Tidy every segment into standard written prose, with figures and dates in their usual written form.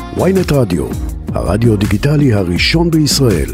ynet רדיו, הרדיו דיגיטלי הראשון בישראל.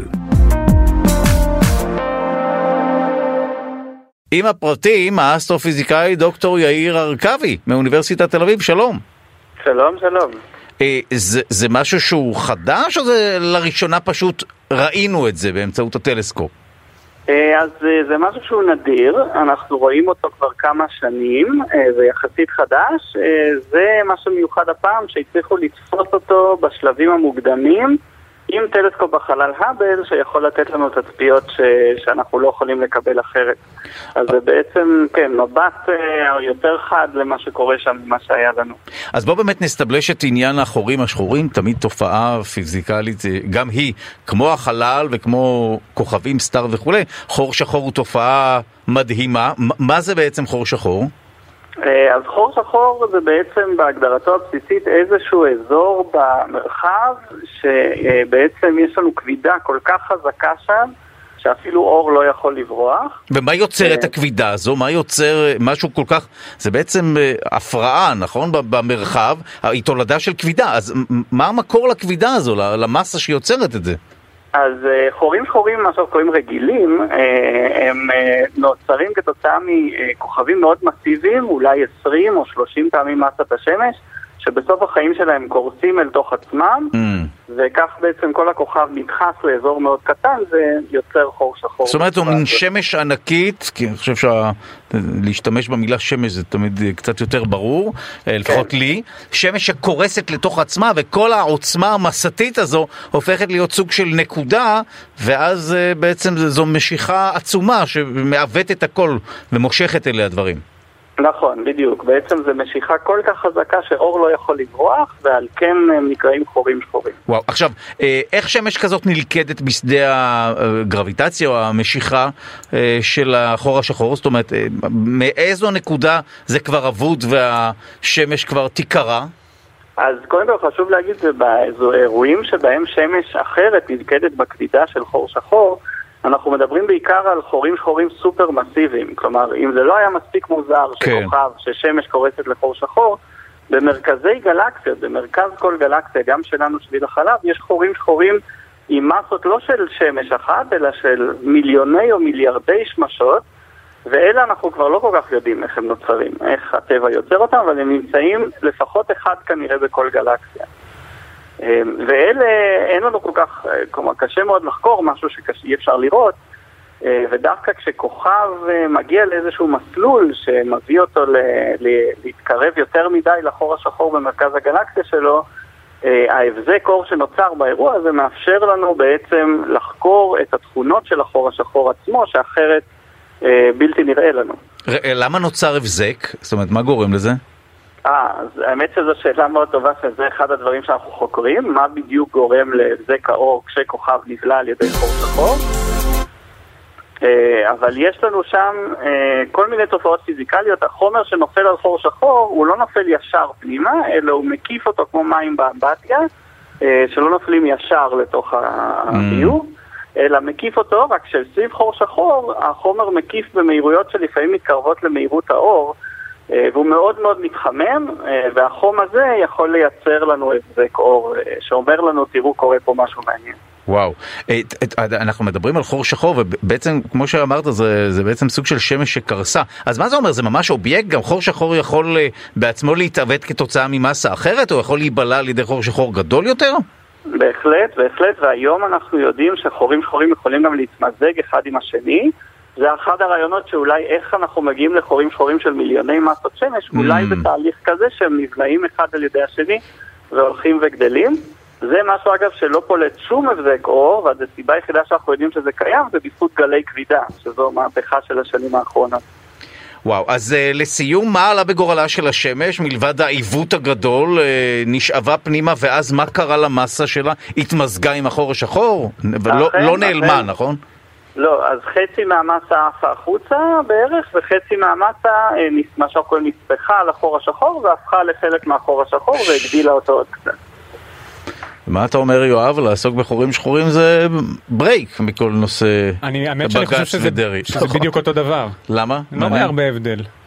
עם הפרטים, האסטרופיזיקאי דוקטור יאיר ארכבי מאוניברסיטת תל אביב, שלום. שלום, שלום. זה משהו שהוא חדש או זה לראשונה פשוט ראינו את זה באמצעות הטלסקופ? אז זה משהו שהוא נדיר, אנחנו רואים אותו כבר כמה שנים, זה יחסית חדש, זה משהו מיוחד הפעם שהצליחו לתפוס אותו בשלבים המוקדמים עם טלסקופ בחלל האבל שיכול לתת לנו תצפיות שאנחנו לא יכולים לקבל אחרת. אז זה בעצם, כן, מבט יותר חד למה שקורה שם, מה שהיה לנו. אז בוא באמת נסתבלש את עניין החורים השחורים, תמיד תופעה פיזיקלית, גם היא, כמו החלל וכמו כוכבים, סטאר וכו'. חור שחור הוא תופעה מדהימה. מה זה בעצם חור שחור? אז חור שחור זה בעצם בהגדרתו הבסיסית איזשהו אזור במרחב שבעצם יש לנו כבידה כל כך חזקה שם שאפילו אור לא יכול לברוח. ומה יוצר את הכבידה הזו? מה יוצר משהו כל כך... זה בעצם הפרעה, נכון? במרחב, היא תולדה של כבידה. אז מה המקור לכבידה הזו, למסה שיוצרת את זה? אז חורים שחורים, מה שקוראים רגילים, הם נוצרים כתוצאה מכוכבים מאוד מסיביים, אולי 20 או 30 פעמים מסת השמש, שבסוף החיים שלהם קורסים אל תוך עצמם, וכך בעצם כל הכוכב נדחס לאזור מאוד קטן, זה יוצר חור שחור. זאת אומרת, הוא מין שמש ענקית, כי אני חושב להשתמש במילה שמש זה תמיד קצת יותר ברור, לפחות לי, שמש שקורסת לתוך עצמה, וכל העוצמה המסתית הזו הופכת להיות סוג של נקודה, ואז בעצם זו משיכה עצומה שמעוות את הכל ומושכת אליה דברים. נכון, בדיוק. בעצם זה משיכה כל כך חזקה שאור לא יכול לברוח, ועל כן הם נקראים חורים שחורים. וואו, עכשיו, איך שמש כזאת נלכדת בשדה הגרביטציה או המשיכה של החור השחור? זאת אומרת, מאיזו נקודה זה כבר אבוד והשמש כבר תיקרה? אז קודם כל חשוב להגיד, זה באירועים שבהם שמש אחרת נלכדת בכבידה של חור שחור, אנחנו מדברים בעיקר על חורים שחורים סופר מסיביים. כלומר, אם זה לא היה מספיק מוזר שכוכב, ששמש קורסת לחור שחור, במרכזי גלקסיות, במרכז כל גלקסיה, גם שלנו שביל החלב, יש חורים שחורים עם מסות לא של שמש אחת, אלא של מיליוני או מיליארדי שמשות, ואלה אנחנו כבר לא כל כך יודעים איך הם נוצרים, איך הטבע יוצר אותם, אבל הם נמצאים לפחות אחד כנראה בכל גלקסיה. ואלה אין לנו כל כך, כלומר קשה מאוד לחקור משהו שאי אפשר לראות, ודווקא כשכוכב מגיע לאיזשהו מסלול שמביא אותו להתקרב יותר מדי לחור השחור במרכז הגלקסיה שלו, ההבזק אור שנוצר באירוע הזה מאפשר לנו בעצם לחקור את התכונות של החור השחור עצמו, שאחרת בלתי נראה לנו. למה נוצר הבזק? זאת אומרת, מה גורם לזה? אז האמת שזו שאלה מאוד טובה, שזה אחד הדברים שאנחנו חוקרים, מה בדיוק גורם להבזק האור כשכוכב נבלע על ידי חור שחור. אבל יש לנו שם כל מיני תופעות פיזיקליות. החומר שנופל על חור שחור הוא לא נופל ישר פנימה, אלא הוא מקיף אותו כמו מים באמבטיה, שלא נופלים ישר לתוך הביוב, אלא מקיף אותו, רק שסביב חור שחור החומר מקיף במהירויות שלפעמים מתקרבות למהירות האור, והוא מאוד מאוד מתחמם, והחום הזה יכול לייצר לנו הבזק אור, שאומר לנו, תראו, קורה פה משהו מעניין. וואו. אנחנו מדברים על חור שחור, ובעצם, כמו שאמרת, זה בעצם סוג של שמש שקרסה. אז מה זה אומר? זה ממש אובייקט? גם חור שחור יכול בעצמו להתעוות כתוצאה ממסה אחרת, או יכול להיבלע על ידי חור שחור גדול יותר? בהחלט, בהחלט, והיום אנחנו יודעים שחורים שחורים יכולים גם להתמזג אחד עם השני, זה אחד הרעיונות שאולי איך אנחנו מגיעים לחורים שחורים של מיליוני מסות שמש, אולי בתהליך כזה שהם נבלעים אחד על ידי השני והולכים וגדלים. זה משהו אגב שלא פולט שום הבזק אור, והסיבה היחידה שאנחנו יודעים שזה קיים זה בזכות גלי כבידה, שזו מהפכה של השנים האחרונות. וואו, אז לסיום, מה עלה בגורלה של השמש מלבד העיוות הגדול, נשאבה פנימה, ואז מה קרה למסה שלה? התמזגה עם החור השחור? ולא נעלמה, נכון? לא, אז חצי מהמסה עפה החוצה בערך, וחצי מהמסה, מה שהכל נספחה על החור השחור, והפכה לחלק מהחור השחור, והגדילה אותו עוד קצת. מה אתה אומר, יואב? לעסוק בחורים שחורים זה ברייק מכל נושא האמת שאני חושב שזה בדיוק אותו דבר. למה? לא רואה הרבה הבדל.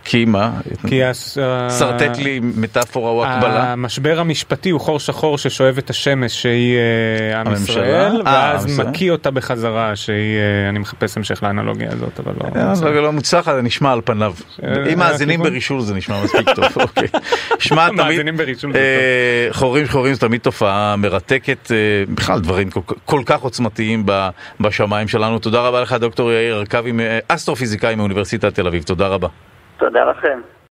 כי מה? כי סרטט לי מטאפורה או הקבלה. המשבר המשפטי הוא חור שחור ששואב את השמש שהיא עם ישראל, ואז מקיא אותה בחזרה שהיא, אני מחפש המשך לאנלוגיה הזאת, אבל לא... לא מוצלחת, זה נשמע על פניו. אם מאזינים ברישול זה נשמע מספיק טוב, אוקיי. שמע, מאזינים ברישול זה טוב. חורים שחורים זה תמיד תופעה מרתקת, בכלל דברים כל כך עוצמתיים בשמיים שלנו. תודה רבה לך דוקטור יאיר ארכבי, אסטרופיזיקאי מאוניברסיטת תל אביב. תודה רבה. תודה לכם.